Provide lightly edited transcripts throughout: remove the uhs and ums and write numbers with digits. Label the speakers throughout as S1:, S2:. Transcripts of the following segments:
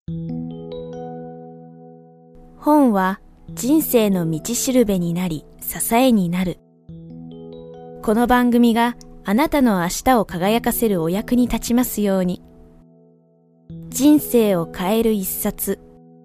S1: 本は人生の道しるべになり支えになる。この番組があなたの明日を輝かせるお役に立ちますように。人生を変える一冊。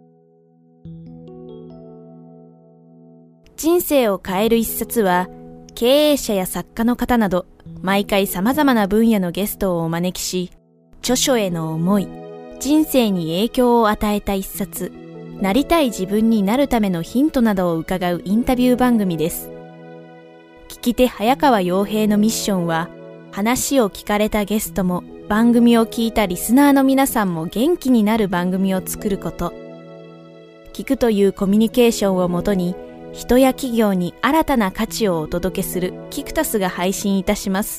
S1: 人生を変える一冊は、経営者や作家の方など毎回様々な分野のゲストをお招きし、著書への思い、人生に影響を与えた一冊、なりたい自分になるためのヒントなどを伺うインタビュー番組です。聞き手早川洋平のミッションは、話を聞かれたゲストも番組を聞いたリスナーの皆さんも元気になる番組を作ること。聞くというコミュニケーションをもとに、人や企業に新たな価値をお届けするキクタスが配信いたします。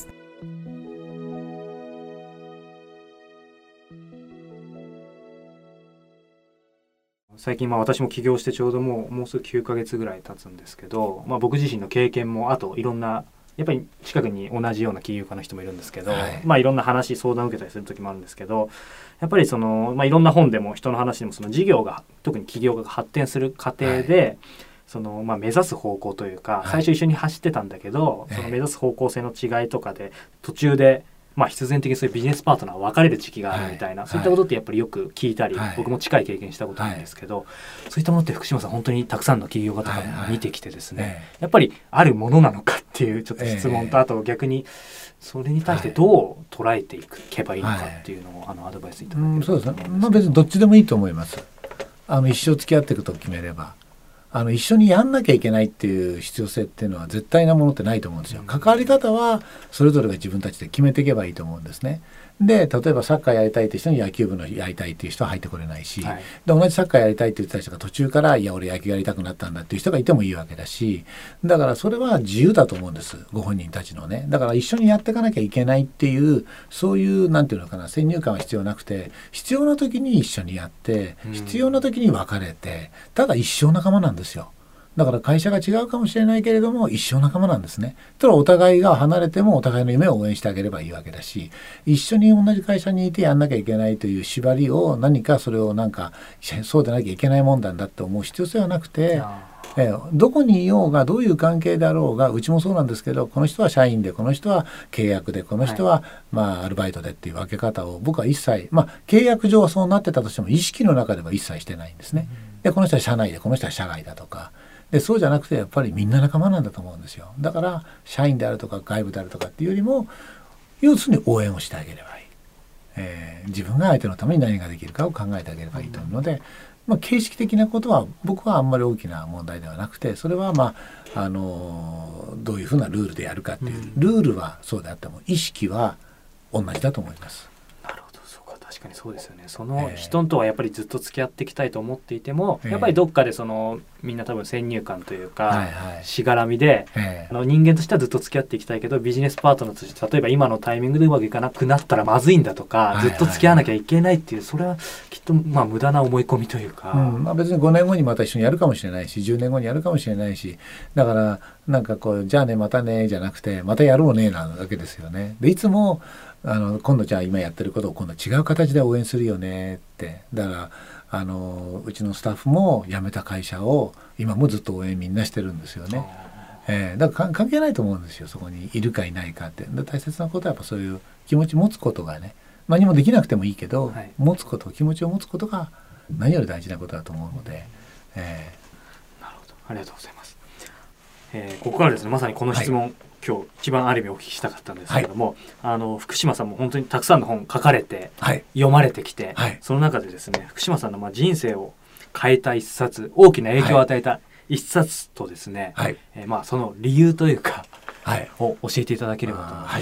S2: 最近私も起業してちょうどもうすぐ9ヶ月ぐらい経つんですけど、僕自身の経験もあといろんなやっぱり近くに同じような起業家の人もいるんですけど、いろんな話相談を受けたりする時もあるんですけど、やっぱりいろんな本でも人の話でも事業が特に起業家が発展する過程で、目指す方向というか、最初一緒に走ってたんだけど、その目指す方向性の違いとかで途中で必然的にそういうビジネスパートナー別れる時期があるみたいな、そういったことってやっぱりよく聞いたり、僕も近い経験したことあるんですけど、そういったものって福島さん本当にたくさんの起業家とかも見てきてですね、やっぱりあるものなのかっていうちょっと質問と、あと逆にそれに対してどう捉えていけばいいのかっていうのをアドバイスいただけると。
S3: そうですね。別にどっちでもいいと思います。一生付き合っていくと決めれば。一緒にやんなきゃいけないっていう必要性っていうのは絶対なものってないと思うんですよ。関わり方はそれぞれが自分たちで決めていけばいいと思うんですね。で、例えばサッカーやりたいって人に野球部のやりたいっていう人は入ってこれないし、で同じサッカーやりたいって言ってた人が途中からいや俺野球やりたくなったんだっていう人がいてもいいわけだし、だからそれは自由だと思うんです、ご本人たちのね。だから一緒にやっていかなきゃいけないっていうそういうなんていうのかな、先入観は必要なくて、必要な時に一緒にやって必要な時に別れて、ただ一生仲間なんですよ。だから会社が違うかもしれないけれども一生仲間なんですね。ただお互いが離れてもお互いの夢を応援してあげればいいわけだし、一緒に同じ会社にいてやんなきゃいけないという縛りを何かそれをそうでなきゃいけないもんなんだって思う必要性はなくて、どこにいようがどういう関係であろうが、うちもそうなんですけど、この人は社員でこの人は契約でこの人はアルバイトでっていう分け方を僕は一切、契約上はそうなってたとしても意識の中では一切してないんですね。でこの人は社内でこの人は社外だとかで、そうじゃなくてやっぱりみんな仲間なんだと思うんですよ。だから社員であるとか外部であるとかっていうよりも、要するに応援をしてあげればいい、自分が相手のために何ができるかを考えてあげればいいと思うので、形式的なことは僕はあんまり大きな問題ではなくて、それはどういうふうなルールでやるかっていう、ルールはそうであっても意識は同じだと思います。
S2: 確かにそうですよね。その人とはやっぱりずっと付き合っていきたいと思っていても、やっぱりどっかでみんな多分先入観というか、しがらみで、人間としてはずっと付き合っていきたいけど、ビジネスパートナーとして例えば今のタイミングでうまくいかなくなったらまずいんだとか、ずっと付き合わなきゃいけないっていう、それはきっと無駄な思い込みというか、
S3: 別に5年後にまた一緒にやるかもしれないし、10年後にやるかもしれないし、だからじゃあねまたねじゃなくて、またやろうねなわけですよね。でいつも今度じゃあ今やってることを今度違う形で応援するよねって。だからうちのスタッフも辞めた会社を今もずっと応援みんなしてるんですよね。だから関係ないと思うんですよ、そこにいるかいないかって。大切なことはやっぱそういう気持ち持つことがね、何もできなくてもいいけど、持つこと、気持ちを持つことが何より大事なことだと思うので、
S2: なるほど、ありがとうございます。ここからですね、まさにこの質問、今日一番ある意味お聞きしたかったんですけれども、福島さんも本当にたくさんの本書かれて、読まれてきて、その中でですね、福島さんの人生を変えた一冊、大きな影響を与えた一冊とですね、その理由というか、を教えていただければと思います。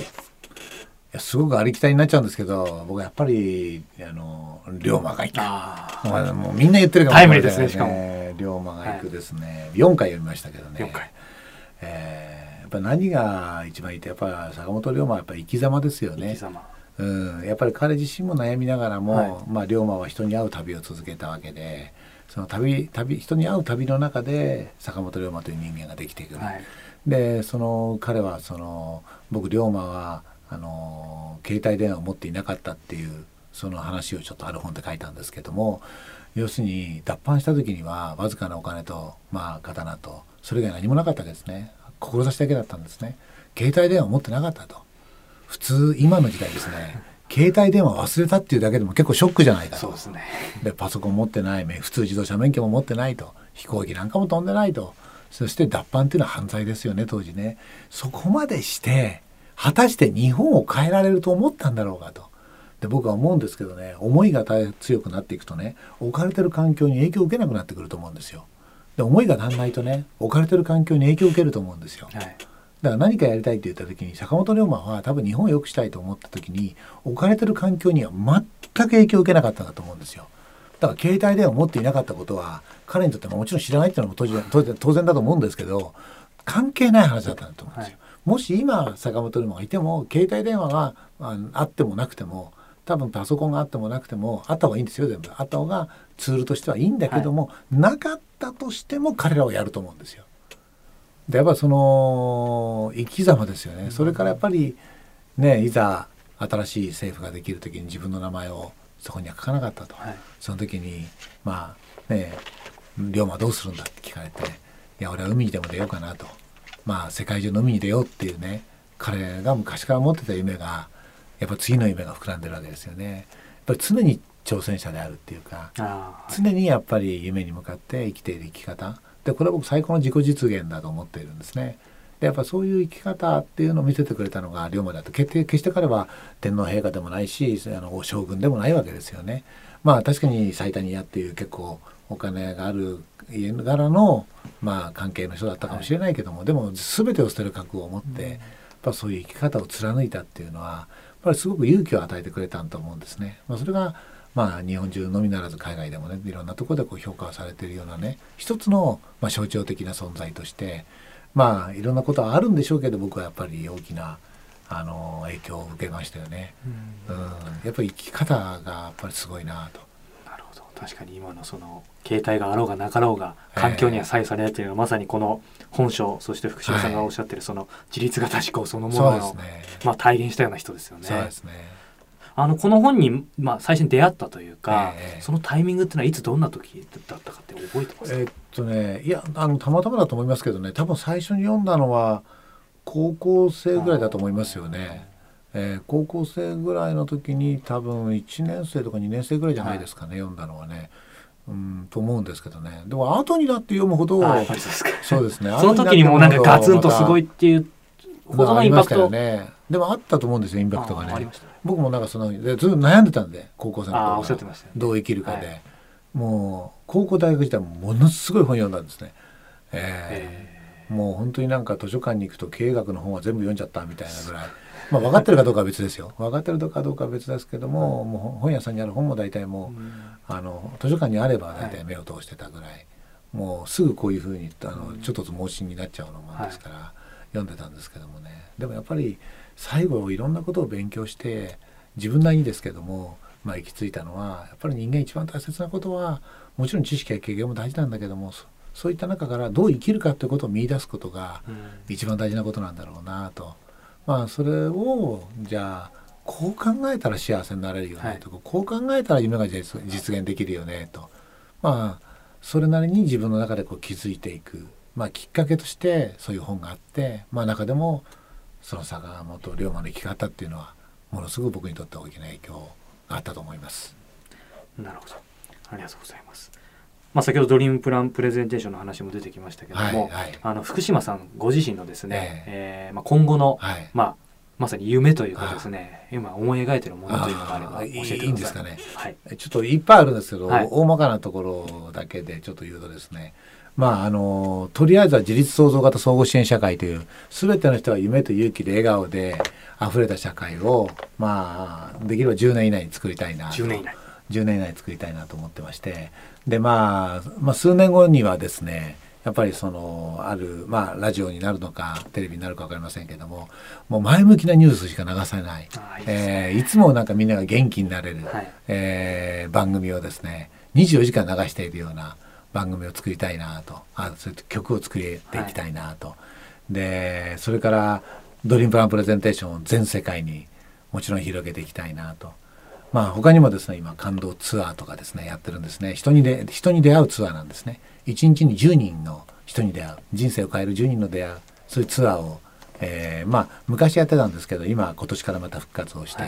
S3: すごくありきたりになっちゃうんですけど、僕やっぱり龍馬が行く、もうみんな言ってるかもしれない、
S2: タイムリーですね。しかも
S3: 龍馬が行くですね、4回読みましたけどね。
S2: 4回、
S3: やっぱ何が一番いいって、やっぱ坂本龍馬はやっぱり生き様ですよね。やっぱり彼自身も悩みながらも、龍馬は人に会う旅を続けたわけで、その人に会う旅の中で坂本龍馬という人間ができてくる。で彼は僕龍馬は携帯電話を持っていなかったっていうその話をちょっとある本で書いたんですけども、要するに脱藩した時にはわずかなお金と、刀とそれ以外何もなかったわけですね。志だけだったんですね。携帯電話を持ってなかったと。普通今の時代ですね携帯電話忘れたっていうだけでも結構ショックじゃないかと。
S2: そうですね。
S3: でパソコン持ってない、普通自動車免許も持ってないと、飛行機なんかも飛んでないと、そして脱藩っていうのは犯罪ですよね当時ね。そこまでして果たして日本を変えられると思ったんだろうかと。で僕は思うんですけどね、思いが強くなっていくとね、置かれてる環境に影響を受けなくなってくると思うんですよ。で思いが足んないとね、置かれてる環境に影響を受けると思うんですよ。だから何かやりたいって言った時に、坂本龍馬は多分日本を良くしたいと思った時に置かれてる環境には全く影響を受けなかったんだと思うんですよ。だから携帯電話を持っていなかったことは彼にとってもちろん知らないっていうのも当然だと思うんですけど、関係ない話だったんだと思うんですよ。もし今坂本龍馬がいても携帯電話があってもなくても、多分パソコンがあってもなくてもあった方がいいんですよ。全部あった方がツールとしてはいいんだけども、なかったとしても彼らはやると思うんですよ。でやっぱその生き様ですよね。それからやっぱりね、いざ新しい政府ができる時に自分の名前をそこには書かなかったと、その時に龍馬どうするんだって聞かれて、いや俺は海にでも出ようかなと、世界中の海に出ようっていうね、彼が昔から持ってた夢がやっぱ次の夢が膨らんでるわけですよね。やっぱり常に挑戦者であるっていうか、常にやっぱり夢に向かって生きている生き方で、これは僕最高の自己実現だと思っているんですね。でやっぱそういう生き方っていうのを見せてくれたのが龍馬だと。決して彼は天皇陛下でもないし将軍でもないわけですよね。確かに最多にやっていう結構お金がある家柄の関係の人だったかもしれないけども、でも全てを捨てる覚悟を持って、やっぱそういう生き方を貫いたっていうのはやっぱりすごく勇気を与えてくれたんと思うんですね。それが日本中のみならず海外でもね、いろんなところで評価されているようなね、一つの象徴的な存在としていろんなことはあるんでしょうけど、僕はやっぱり大きな影響を受けましたよね。やっぱり生き方がやっぱりすごいなと。
S2: なるほど。確かに今のその携帯があろうがなかろうが環境には左右されないというのは、まさにこの本書、そして福島さんがおっしゃってるその自立型思考そのものの、体現したような人ですよね。
S3: そうですね。
S2: この本に、最初に出会ったというか、そのタイミングっていうのはいつどんな時だったかって覚えてますか？
S3: いやたまたまだと思いますけどね、多分最初に読んだのは高校生ぐらいだと思いますよね。高校生ぐらいの時に多分1年生とか2年生ぐらいじゃないですかね、読んだのはね。と思うんですけどね。でも後になって読むほどそうですね。
S2: その時にもなんかガツンとすごいっていうほどのインパクト
S3: ね。でもあったと思うんですよ、インパクトがね。僕もなんかずっと悩んでたんで、高校生の頃からどう生きるかで、もう高校大学時代もものすごい本読んだんですね。もう本当になんか図書館に行くと経営学の本は全部読んじゃったみたいなぐらい、分かってるかどうかは別ですよ。分かってるかどうかは別ですけども、もう本屋さんにある本も大体もう、図書館にあれば大体目を通してたぐらい、もうすぐこういうふうにちょっと盲信になっちゃうのもんですから、読んでたんですけどもね。でもやっぱり最後いろんなことを勉強して自分なりにですけども、行き着いたのは、やっぱり人間一番大切なことは、もちろん知識や経験も大事なんだけども、そういった中からどう生きるかということを見出すことが一番大事なことなんだろうなと。それをじゃあこう考えたら幸せになれるよねとか、こう考えたら夢が実現できるよねと、それなりに自分の中で気づいていく、きっかけとしてそういう本があって、中でもその坂本龍馬の生き方っていうのはものすごく僕にとって大きな影響があったと思います。
S2: なるほど、ありがとうございます。先ほどドリームプランプレゼンテーションの話も出てきましたけども、福島さんご自身のですね、今後の、まさに夢というかですね、今思い描いているものというのがあれば教えてください。いいんですかね。
S3: ちょっといっぱいあるんですけど、大まかなところだけでちょっと言うとですね、とりあえずは自立創造型総合支援社会という、全ての人が夢と勇気で笑顔で溢れた社会を、できれば10年以内に作りたいなと。10年以内に作りたいなと思ってまして、で数年後にはですね、やっぱりあるラジオになるのかテレビになるか分かりませんけども、もう前向きなニュースしか流さない、いつもなんかみんなが元気になれる、番組をですね24時間流しているような番組を作りたいなと、そういった曲を作りていきたいなと、でそれからドリームプランプレゼンテーションを全世界にもちろん広げていきたいなと。 まあ他にもですね今感動ツアーとかですねやってるんですね。人に出会うツアーなんですね。1日に10人の人に出会う、人生を変える10人の出会う、そういうツアーを、まあ昔やってたんですけど今年からまた復活をして、はい、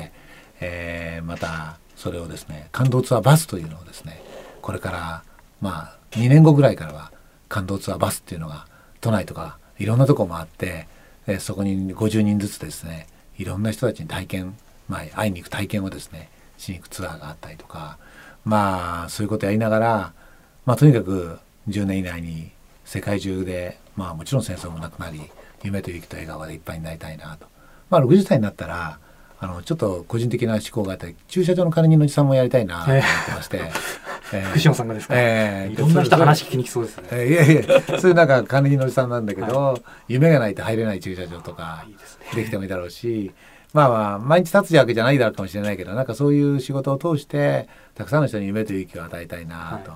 S3: またそれをですね感動ツアーバスというのをですねこれからまあ2年後ぐらいからは感動ツアーバスっていうのが都内とかいろんなとこ回って、そこに50人ずつですねいろんな人たちに体験、まあ、会いに行く体験をですねしに行くツアーがあったりとか、まあそういうことやりながら、まあとにかく10年以内に世界中で、まあもちろん戦争もなくなり夢と勇気と笑顔でいっぱいになりたいなと。まあ60歳になったらちょっと個人的な思考があって駐車場の管理人のおじさんもやりたいなと思ってまして、
S2: 福島さんがですか、いろんな人話聞きに来そうですね。
S3: いやいやそういうなんか管理人のおじさんなんだけど、はい、夢がないと入れない駐車場とかできてもいいだろうし、まあまあ毎日立つわけじゃないだろうかもしれないけどなんかそういう仕事を通してたくさんの人に夢と勇気を与えたいなと、はい、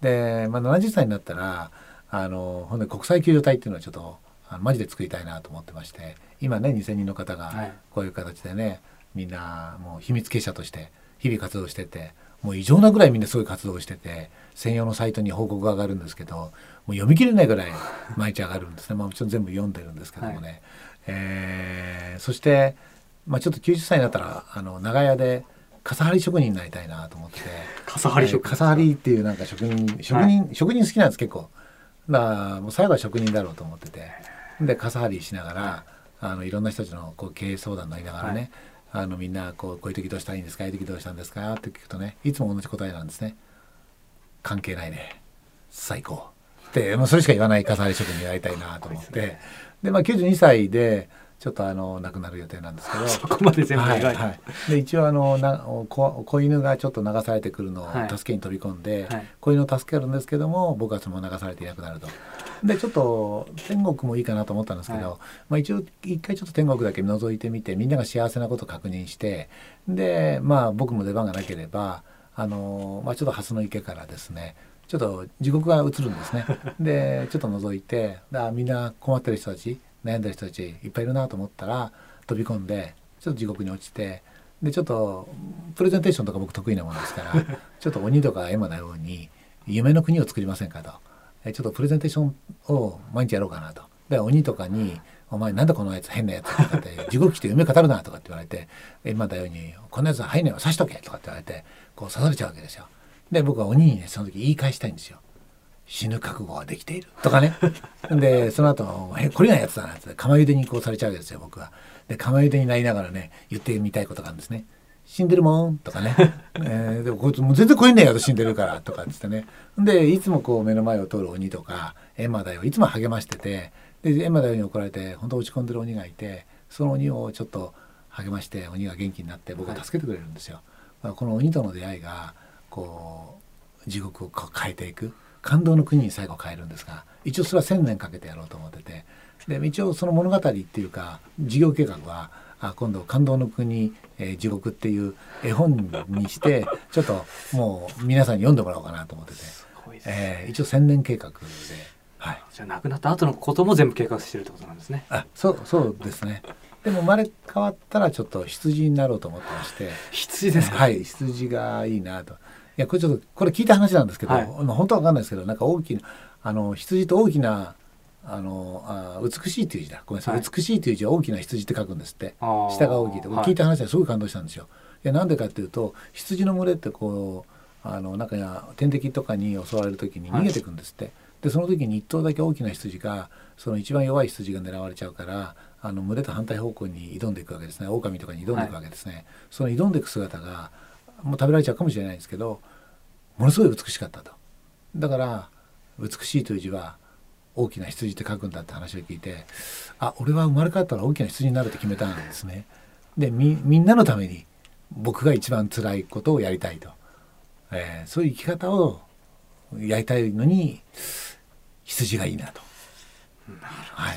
S3: で、まあ、70歳になったら本当に国際救助隊っていうのはちょっとマジで作りたいなと思ってまして、今ね2000人の方がこういう形でね、はい、みんなもう秘密結社として日々活動してて、もう異常なぐらいみんなそういう活動をしてて専用のサイトに報告が上がるんですけどもう読み切れないぐらい毎日上がるんですね。まあもちろん全部読んでるんですけどもね、はい、そしてまあ、ちょっと90歳になったら長屋で傘張り職人になりたいなと思ってて、
S2: 傘張り職人、
S3: 傘張りっていうなんか職人好きなんです結構。だからもう最後は職人だろうと思ってて、で傘張りしながらいろんな人たちのこう経営相談になりながらね、はい、みんなこういう時どうしたらいいんですか、ああいう時どうしたんですかって聞くとねいつも同じ答えなんですね。関係ないね、最高ってもうそれしか言わない傘張り職人になりたいなと思って、でまあ92歳でちょっと亡くなる予定なんですけど
S2: そこまで全部描いて、はい
S3: はい、で一応子犬がちょっと流されてくるのを助けに飛び込んで、はい、子犬を助けるんですけども僕はそのまま流されていなくなると。でちょっと天国もいいかなと思ったんですけど、はい、まあ、一応一回ちょっと天国だけ覗いてみてみんなが幸せなことを確認して、でまあ僕も出番がなければまあ、ちょっと蓮の池からですねちょっと地獄が映るんですね。でちょっと覗いてみんな困ってる人たち悩んでる人たちいっぱいいるなと思ったら飛び込んでちょっと地獄に落ちて、でちょっとプレゼンテーションとか僕得意なものですからちょっと鬼とかエマのように夢の国を作りませんかと、ちょっとプレゼンテーションを毎日やろうかなと。で鬼とかにお前なんだこのやつ変なやつとかって地獄来て夢語るなとかって言われて今だようにこのやつは入んないわ刺しとけとかって言われてこう刺されちゃうわけですよ。で僕は鬼にねその時言い返したいんですよ。死ぬ覚悟はできているとかね。でその後これがやつだなって釜茹でにこうされちゃうわけですよ僕は。で釜茹でになりながらね言ってみたいことがあるんですね。死んでるもんとかね、でもこいつもう全然来えねえよと死んでるからとかっつってね。でいつもこう目の前を通る鬼とかエマだよいつも励ましてて、でエマだよに怒られて本当落ち込んでる鬼がいてその鬼をちょっと励まして鬼が元気になって僕を助けてくれるんですよ。この鬼との出会いがこう地獄を変えていく感動の国に最後変えるんですが、一応それは1000年かけてやろうと思ってて、で一応その物語っていうか事業計画は今度感動の国、地獄っていう絵本にしてちょっともう皆さんに読んでもらおうかなと思ってて、一応1000年計画で、
S2: はい、じゃあ亡くなった後のことも全部計画してるってことなんですね。
S3: そうですね。でも生まれ変わったらちょっと羊になろうと思ってまして。
S2: 羊ですか。
S3: はい、羊がいいなと。いやこれちょっとこれ聞いた話なんですけど、はい、本当は分かんないですけどなんか大きな羊と大きな美しいという字だごめんなさい、はい、美しいという字は大きな羊って書くんですって。下が大きいって聞いた話ですごい感動したんですよ。いやなんでかっていうと羊の群れってこうなんか天敵とかに襲われる時に逃げていくんですって、はい、でその時に一頭だけ大きな羊がその一番弱い羊が狙われちゃうから群れと反対方向に挑んでいくわけですね。狼とかに挑んでいくわけですね、はい、その挑んでいく姿がもう食べられちゃうかもしれないんですけどものすごい美しかったと。だから美しいという字は大きな羊って書くんだって話を聞いて俺は生まれ変わったら大きな羊になるって決めたんですね。でみんなのために僕が一番辛いことをやりたいと、そういう生き方をやりたいのに羊がいいなと。はい、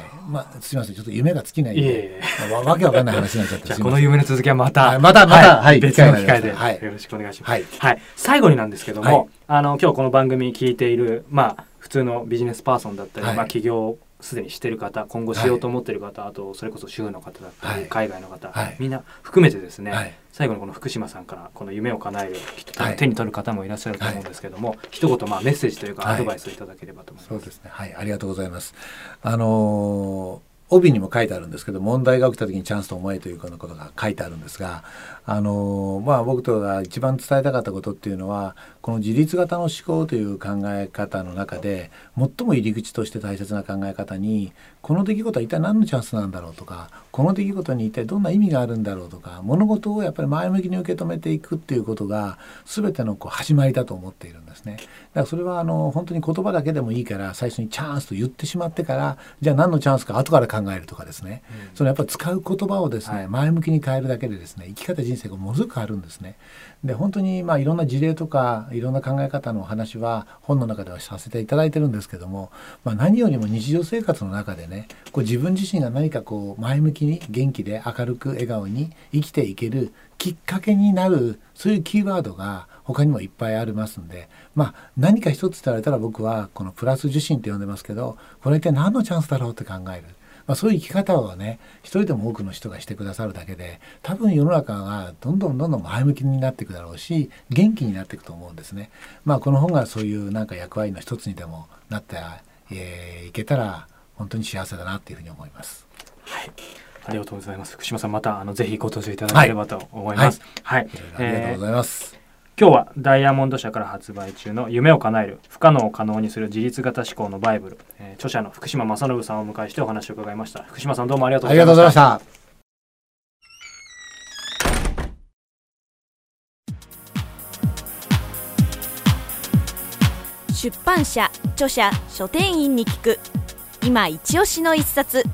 S3: すみませんちょっと夢が尽きないんでわけわかんない話になっちゃって
S2: じゃあこの夢の続きはまた
S3: はい、
S2: 別の機会でよろしくお願いします。はい、はい、最後になんですけども、はい、今日この番組聞いている普通のビジネスパーソンだったり、企業すでにしてる方、今後しようと思ってる方、あとそれこそ主婦の方だったり、海外の方、みんな含めてですね、最後にこの福島さんからこの夢を叶える手に取る方もいらっしゃると思うんですけども、一言メッセージというかアドバイスをいただければと思います。
S3: そうですね、ありがとうございます。帯にも書いてあるんですけど、問題が起きた時にチャンスと思えということが書いてあるんですが、僕とが一番伝えたかったことっていうのは、この自律型の思考という考え方の中で最も入り口として大切な考え方に、この出来事は一体何のチャンスなんだろうとか、この出来事に一体どんな意味があるんだろうとか、物事をやっぱり前向きに受け止めていくっていうことが全ての始まりだと思っているんですね。だからそれは本当に言葉だけでもいいから、最初にチャンスと言ってしまってから、じゃあ何のチャンスか後から考えるとかですね、そのやっぱり使う言葉をですね、前向きに変えるだけでですね、生き方人生がものすごく変わるんですね。で本当にいろんな事例とかいろんな考え方のお話は本の中ではさせていただいてるんですけども、何よりも日常生活の中でね、自分自身が何か前向きに元気で明るく笑顔に生きていけるきっかけになる、そういうキーワードが他にもいっぱいありますんで、何か一つと言われたら、僕はこのプラス受信って呼んでますけど、これって何のチャンスだろうって考える。そういう生き方をね、一人でも多くの人がしてくださるだけで、多分世の中がどんどん前向きになっていくだろうし、元気になっていくと思うんですね。この本がそういう役割の一つにでもなっていけたら本当に幸せだなっていうふうに思います。
S2: ありがとうございます。福島さん、またぜひご登場いただければと思います。
S3: ありがとうございます。
S2: 今日はダイヤモンド社から発売中の夢を叶える不可能を可能にする自律型思考のバイブル、著者の福島正信さんをお迎えしてお話を伺いました。福島さん、どうもありがとうございました。
S1: 出版社、著者、書店員に聞く今一押しの一冊。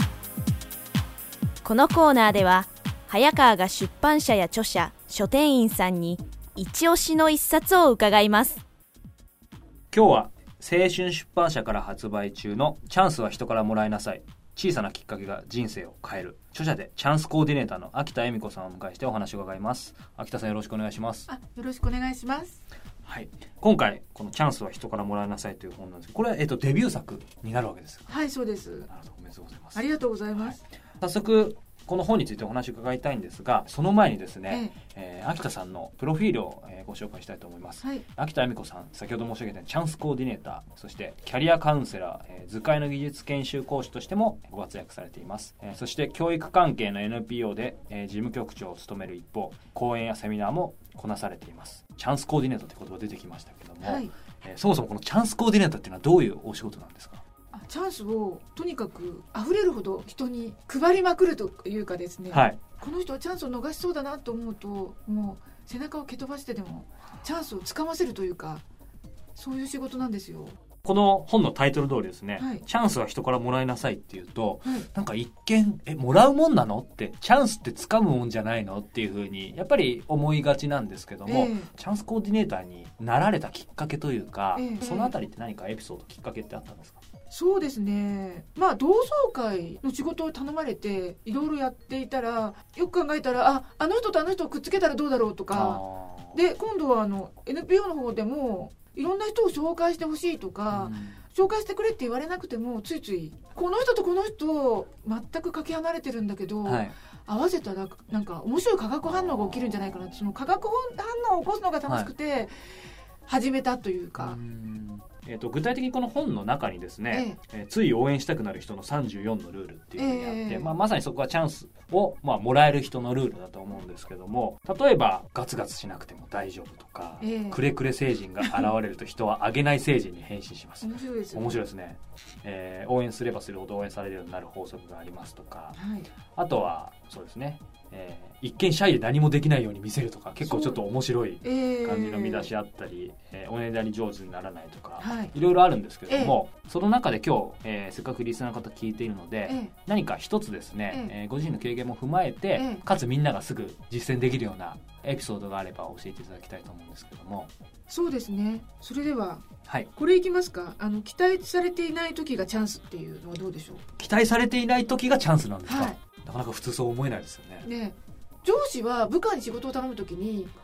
S1: このコーナーでは早川が出版社や著者、書店員さんに一押しの一冊を伺います。
S2: 今日は青春出版社から発売中のチャンスは人からもらいなさい、小さなきっかけが人生を変える、著者でチャンスコーディネーターの秋田恵美子さんをお迎えしてお話を伺います。秋田さん、よろしくお願いします。
S4: よろしくお願いします。
S2: 今回このチャンスは人からもらいなさいという本なんですけど、これはデビュー作になるわけですか？
S4: はい、そうです。
S2: なるほど、おめでとうございます。
S4: ありがとうございます。
S2: 早速この本についてお話を伺いたいんですが、その前にですね、秋田さんのプロフィールをご紹介したいと思います。秋田恵美子さん、先ほど申し上げたようにチャンスコーディネーター、そしてキャリアカウンセラー、図解の技術研修講師としてもご活躍されています。そして教育関係の NPO で事務局長を務める一方、講演やセミナーもこなされています。チャンスコーディネーターという言葉出てきましたけども、そもそもこのチャンスコーディネーターっていうのはどういうお仕事なんですか？
S4: チャンスをとにかく溢れるほど人に配りまくるというかですね、この人はチャンスを逃しそうだなと思うと、もう背中を蹴飛ばしてでもチャンスをつかませるというか、そういう仕事なんですよ。
S2: この本のタイトル通りですね、チャンスは人からもらいなさいっていうと、なんか一見もらうもんなのって、チャンスってつかむもんじゃないのっていう風にやっぱり思いがちなんですけども、チャンスコーディネーターになられたきっかけというか、そのあたりって何かエピソード、きっかけってあったんですか？
S4: そうですね、同窓会の仕事を頼まれていろいろやっていたら、よく考えたらあの人とあの人をくっつけたらどうだろうとかで、今度はNPO の方でもいろんな人を紹介してほしいとか、紹介してくれって言われなくてもついついこの人とこの人全くかけ離れてるんだけど、合わせたらなんか面白い化学反応が起きるんじゃないかなって、その化学反応を起こすのが楽しくて始めたというか、
S2: 具体的にこの本の中にですね、つい応援したくなる人の34のルールっていうふうにあって、まさにそこはチャンスを、もらえる人のルールだと思うんですけども、例えばガツガツしなくても大丈夫とか、くれくれ星人が現れると人はあげない星人に変身します。
S4: 面白いですよね。
S2: 面白いですね。応援すればするほど応援されるようになる法則がありますとか、あとはそうですね、一見シャイで何もできないように見せるとか、結構ちょっと面白い感じの見出しあったり、おねだり上手にならないとか、いろいろあるんですけれども、その中で今日、せっかくリスナーの方聞いているので、何か一つですね、ご自身の経験も踏まえて、かつみんながすぐ実践できるようなエピソードがあれば教えていただきたいと思うんですけども。
S4: そうですね、それでは、これいきますか。期待されていない時がチャンスっていうのはどうでしょう？
S2: 期待されていない時がチャンスなんですか？なかなか普通そう思えないですよね。
S4: 上司は部下に仕事を頼むときに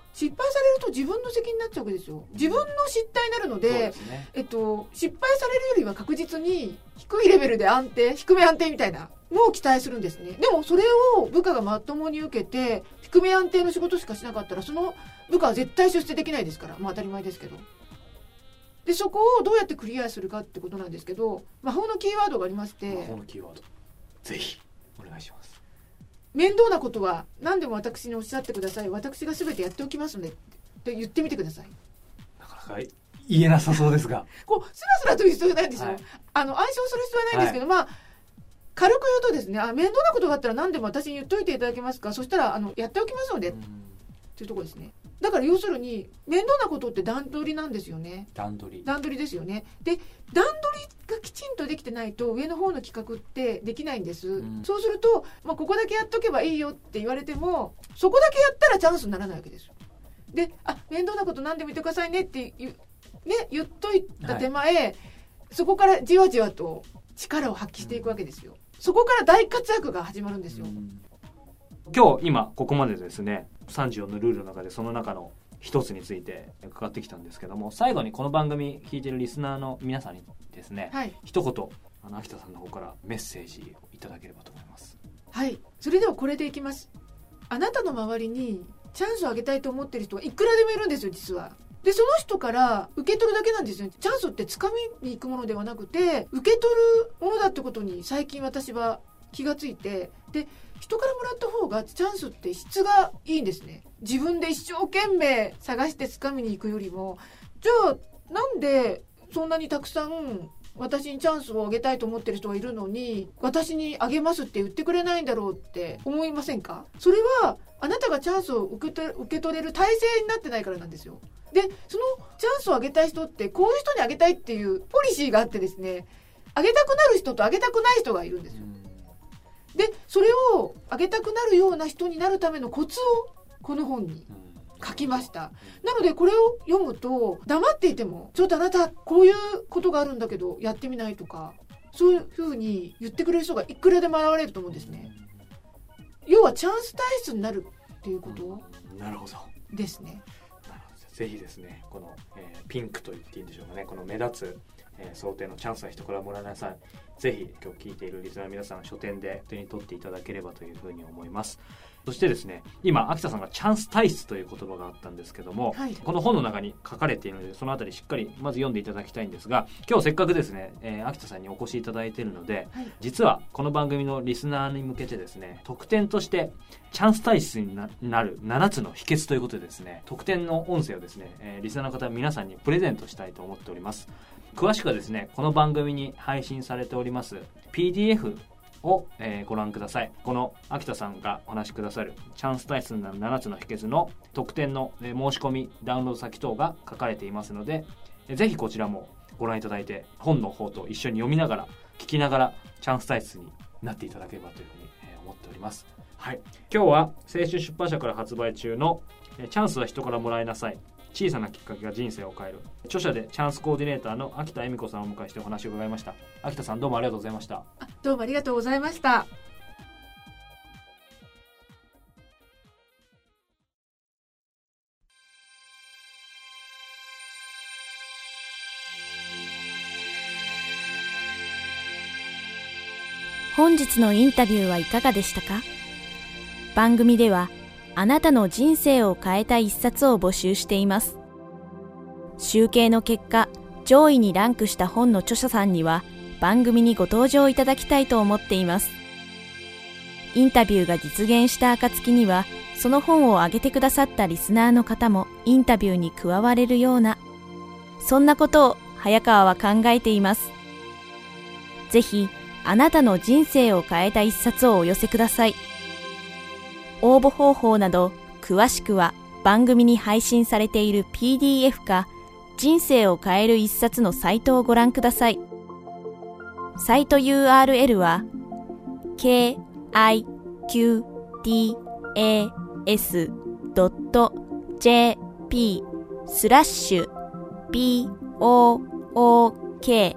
S4: 失敗されると自分の責任になっちゃうわけですよ。自分の失態になるので、失敗されるよりは確実に低いレベルで安定、低め安定みたいなのを期待するんですね。でもそれを部下がまともに受けて低め安定の仕事しかしなかったら、その部下は絶対出世できないですから、当たり前ですけど。でそこをどうやってクリアするかってことなんですけど、魔法のキーワードがありまして。
S2: 魔法のキーワード、ぜひお願いします。
S4: 面倒なことは何でも私におっしゃってください、私が全てやっておきますのでって言ってみてください。
S2: なかなか言えなさそうですが
S4: こうスラスラと言う必要ないんですよ、暗唱する必要はないんですけど、軽く言うとですね、面倒なことがあったら何でも私に言っといていただけますか、そしたらやっておきますのでっていうところですね。だから要するに面倒なことって段取りなんですよね。段取りですよね。で段取りがきちんとできてないと上の方の企画ってできないんです、そうすると、ここだけやっとけばいいよって言われても、そこだけやったらチャンスにならないわけですよ。で面倒なこと何でも言ってくださいねって言っといた手前、そこからじわじわと力を発揮していくわけですよ。そこから大活躍が始まるんですよ。
S2: 今ここまでですね、34のルールの中でその中の一つについて伺ってきたんですけども、最後にこの番組聞いているリスナーの皆さんにですね、一言秋田さんの方からメッセージをいただければと思います。
S4: はい、それではこれでいきます。あなたの周りにチャンスをあげたいと思っている人はいくらでもいるんですよ、実は。でその人から受け取るだけなんですよ。チャンスって掴みに行くものではなくて、受け取るものだってことに最近私は気がついて、で人からもらった方がチャンスって質がいいんですね。自分で一生懸命探して掴みに行くよりも、じゃあなんでそんなにたくさん私にチャンスをあげたいと思ってる人がいるのに、私にあげますって言ってくれないんだろうって思いませんか？それはあなたがチャンスを受け取れる体制になってないからなんですよ。でそのチャンスをあげたい人ってこういう人にあげたいっていうポリシーがあってですね、あげたくなる人とあげたくない人がいるんですよ。でそれをあげたくなるような人になるためのコツをこの本に書きました。なのでこれを読むと、黙っていてもちょっとあなたこういうことがあるんだけどやってみないとか、そういうふうに言ってくれる人がいくらでも現れると思うんですね。要はチャンス体質になるっていうことですね。
S2: ぜひですね、この、ピンクと言っていいんでしょうかね、この目立つ、想定のチャンスは人からもらいなさい。ぜひ今日聞いているリスナーの皆さん、書店で手に取っていただければというふうに思います。そしてですね、今秋田さんがチャンス体質という言葉があったんですけども、この本の中に書かれているので、そのあたりしっかりまず読んでいただきたいんですが、今日せっかくですね、秋田さんにお越しいただいているので、実はこの番組のリスナーに向けてですね、特典としてチャンス体質になる7つの秘訣ということでですね、特典の音声をですね、リスナーの方皆さんにプレゼントしたいと思っております。詳しくはですね、この番組に配信されております PDFを、ご覧ください。この秋田さんがお話しくださるチャンス体質になる7つの秘訣の特典の、申し込みダウンロード先等が書かれていますので、ぜひこちらもご覧いただいて、本の方と一緒に読みながら聞きながらチャンス体質になっていただければというふうに、思っております。はい、今日は青春出版社から発売中のチャンスは人からもらいなさい、小さなきっかけが人生を変える、著者でチャンスコーディネーターの秋田恵美子さんをお迎えしてお話を伺いました。秋田さん、どうもありがとうございました。
S4: どうもありがとうございました。
S1: 本日のインタビューはいかがでしたか？番組ではあなたの人生を変えた一冊を募集しています。集計の結果、上位にランクした本の著者さんには番組にご登場いただきたいと思っています。インタビューが実現した暁には、その本を挙げてくださったリスナーの方もインタビューに加われるような、そんなことを早川は考えています。ぜひあなたの人生を変えた一冊をお寄せください。応募方法など詳しくは番組に配信されている PDF か人生を変える一冊のサイトをご覧ください。サイト URL は kicktas.jp/book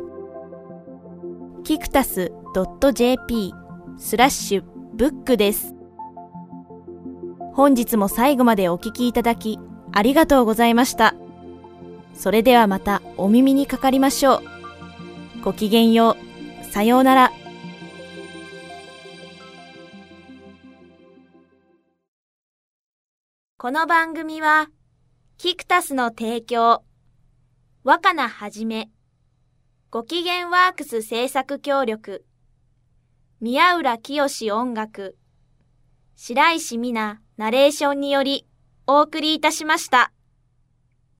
S1: kicktas.jp/book です。本日も最後までお聞きいただきありがとうございました。それではまたお耳にかかりましょう。ごきげんよう。さようなら。この番組はキクタスの提供、若菜はじめ、ごきげんワークス制作協力、宮浦清音楽、白石美奈ナレーションによりお送りいたしました。